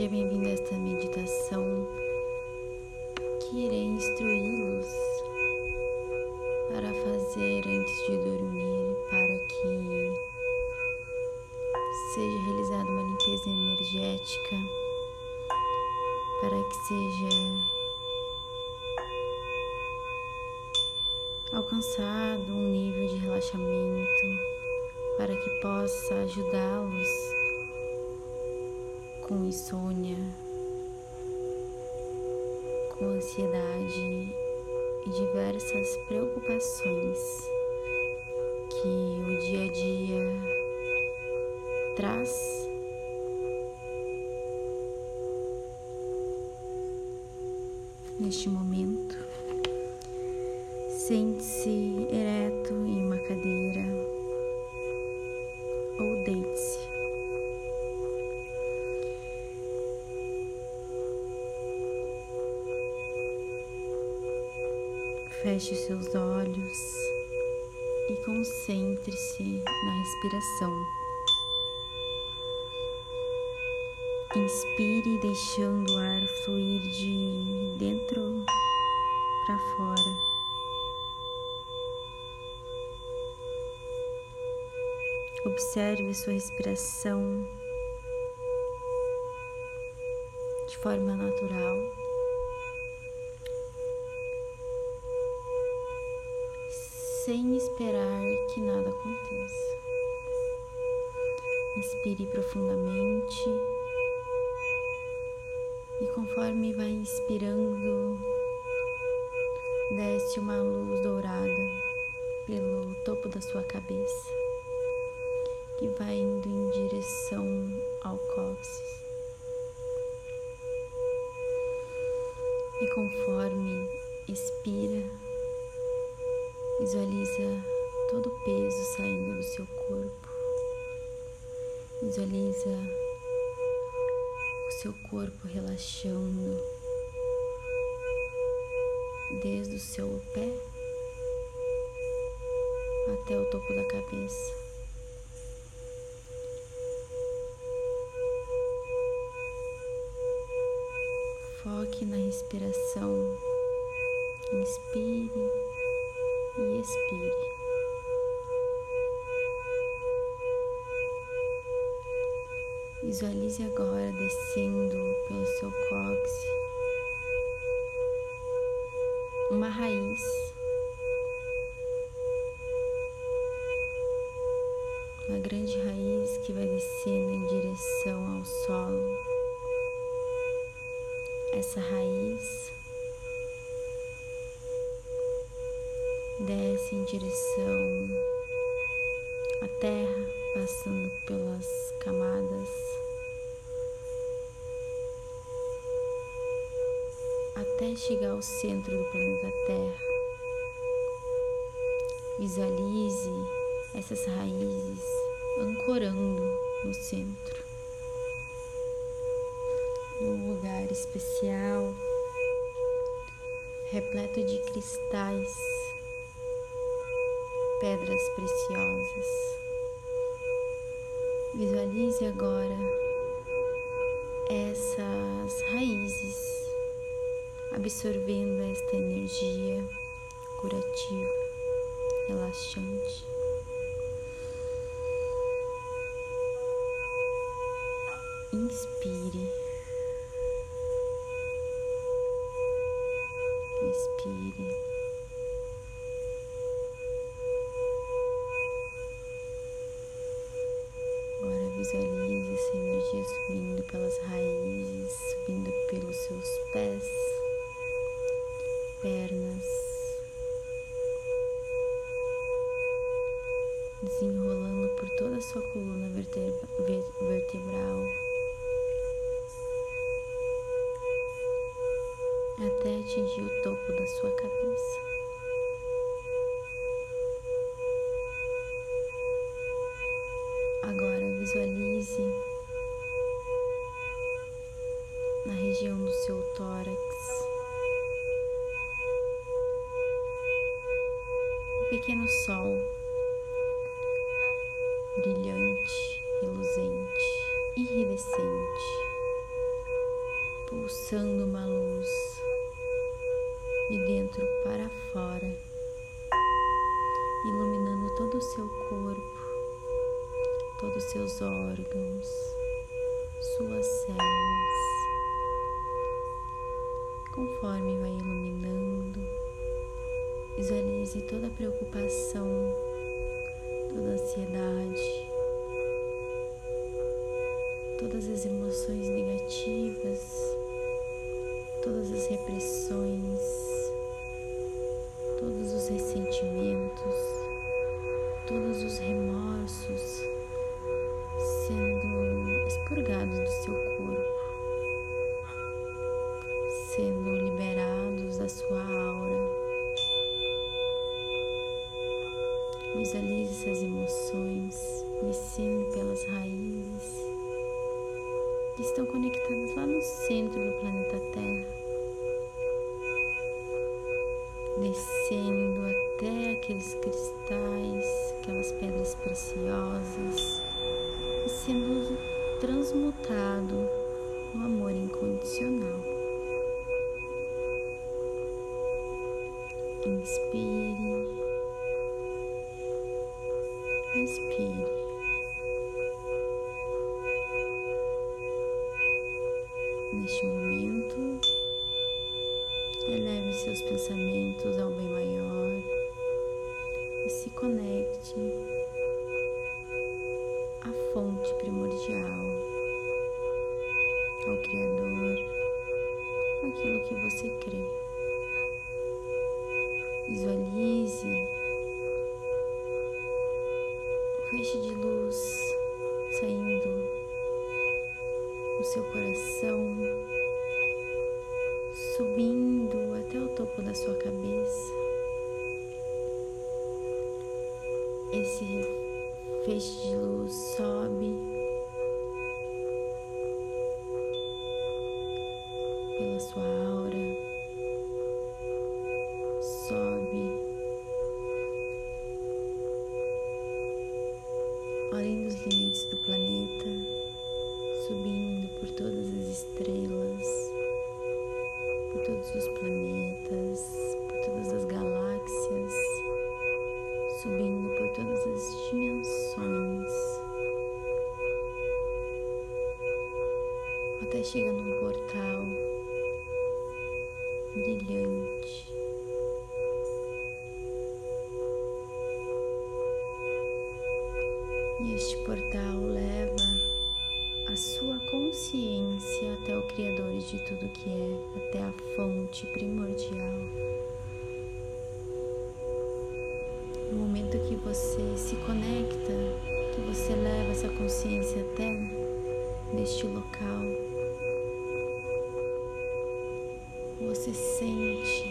Seja bem-vindo a esta meditação que irei instruí-los para fazer antes de dormir, para que seja realizada uma limpeza energética, para que seja alcançado um nível de relaxamento, para que possa ajudá-los com insônia, com ansiedade e diversas preocupações que o dia a dia traz. Neste momento, sente-se ereto em uma cadeira ou deite-se. Feche seus olhos e concentre-se na respiração. Inspire deixando o ar fluir de dentro para fora. Observe sua respiração de forma natural. Sem esperar que nada aconteça. Inspire profundamente e conforme vai inspirando, desce uma luz dourada pelo topo da sua cabeça, que vai indo em direção ao cóccix. E conforme expira, visualiza todo o peso saindo do seu corpo. Visualiza o seu corpo relaxando desde o seu pé até o topo da cabeça. Foque na respiração. Inspire e expire. Visualize agora descendo pelo seu cóccix uma raiz, uma grande raiz que vai descendo em direção ao solo. Essa raiz desce em direção à terra, passando pelas camadas, até chegar ao centro do planeta Terra. Visualize essas raízes ancorando no centro, num lugar especial, repleto de cristais, pedras preciosas. Visualize agora essas raízes absorvendo esta energia curativa, relaxante. Inspire, expire. Visualize essa energia subindo pelas raízes, subindo pelos seus pés, pernas, desenrolando por toda a sua coluna vertebral, até atingir o topo da sua cabeça. Agora visualize na região do seu tórax um pequeno sol brilhante, reluzente, iridescente, pulsando uma luz de dentro para fora, iluminando todo o seu corpo, todos os seus órgãos, suas células. Conforme vai iluminando, visualize toda a preocupação, toda a ansiedade, todas as emoções negativas, todas as repressões, todos os ressentimentos, todos os remorsos sendo expurgados do seu corpo, sendo liberados da sua aura. Visualize essas emoções descendo pelas raízes que estão conectadas lá no centro do planeta Terra, descendo até aqueles cristais, aquelas pedras preciosas e sendo transmutado no amor incondicional. Inspire, expire. Neste momento, eleve seus pensamentos ao bem maior e se conecte à fonte primordial, ao Criador, aquilo que você crê. Visualize o feixe de luz saindo do seu coração, subindo até o topo da sua cabeça. Esse feixe de luz sobe pela sua aura, sobe além dos limites do planeta, subindo por todas as estrelas, por todos os planetas, por todas as galáxias, subindo por todas as dimensões, até chegar num portal brilhante. E este portal leva a sua consciência até o Criador de tudo que é, até a fonte primordial. No momento que você se conecta, que você leva essa consciência até neste local, você sente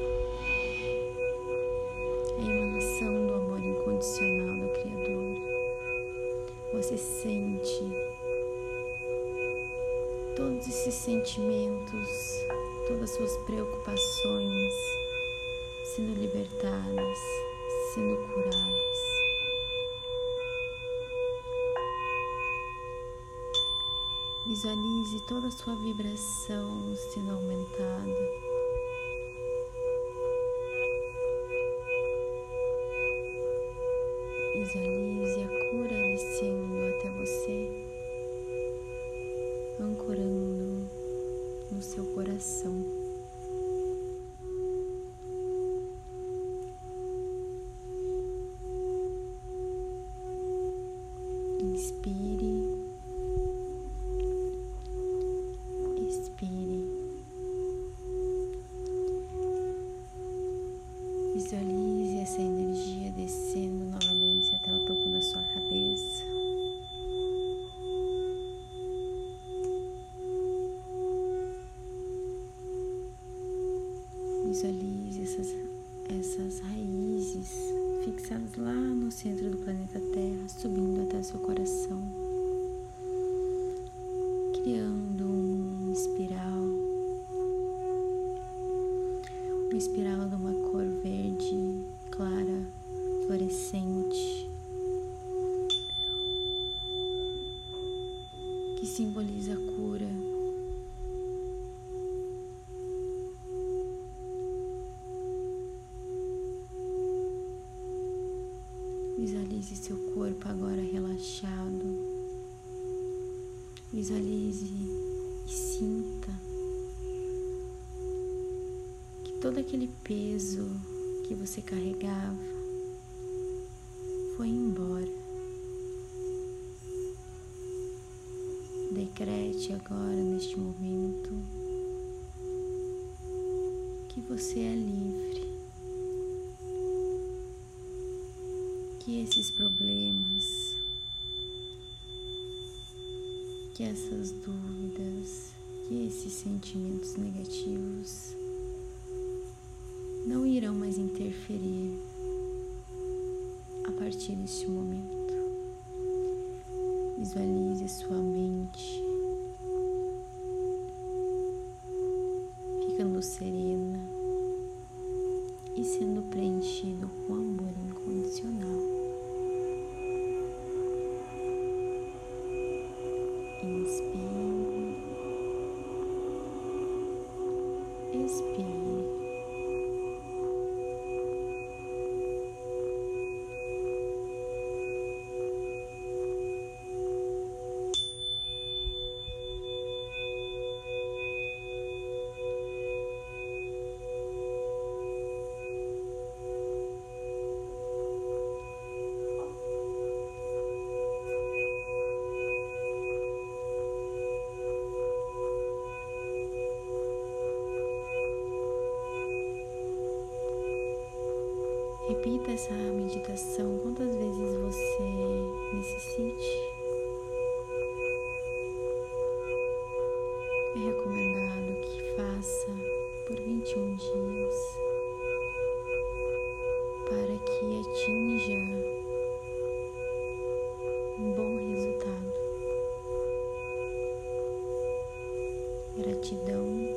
a emanação do amor incondicional do Criador. Você sente todos esses sentimentos, todas as suas preocupações sendo libertadas, sendo curadas. Visualize toda a sua vibração sendo aumentada. Visualize a cura descendo até você, ancorando no seu coração. Inspire, expire. Visualize essa energia descendo novamente até o topo da sua cabeça. Visualize essas raízes fixadas lá no centro do planeta Terra, subindo até o seu coração, criando uma espiral de uma cor verde clara, fluorescente, que simboliza a cura, Visualize seu corpo agora relaxado. Visualize e sinta que todo aquele peso que você carregava foi embora. Decrete agora, neste momento, que você é livre, que esses problemas, que essas dúvidas, que esses sentimentos negativos não irão mais interferir a partir deste momento. Visualize sua mente ficando serena e sendo preenchido com amor incondicional. Inspire, expire. Repita essa meditação quantas vezes você necessite. É recomendado que faça por 21 dias para que atinja um bom resultado. Gratidão.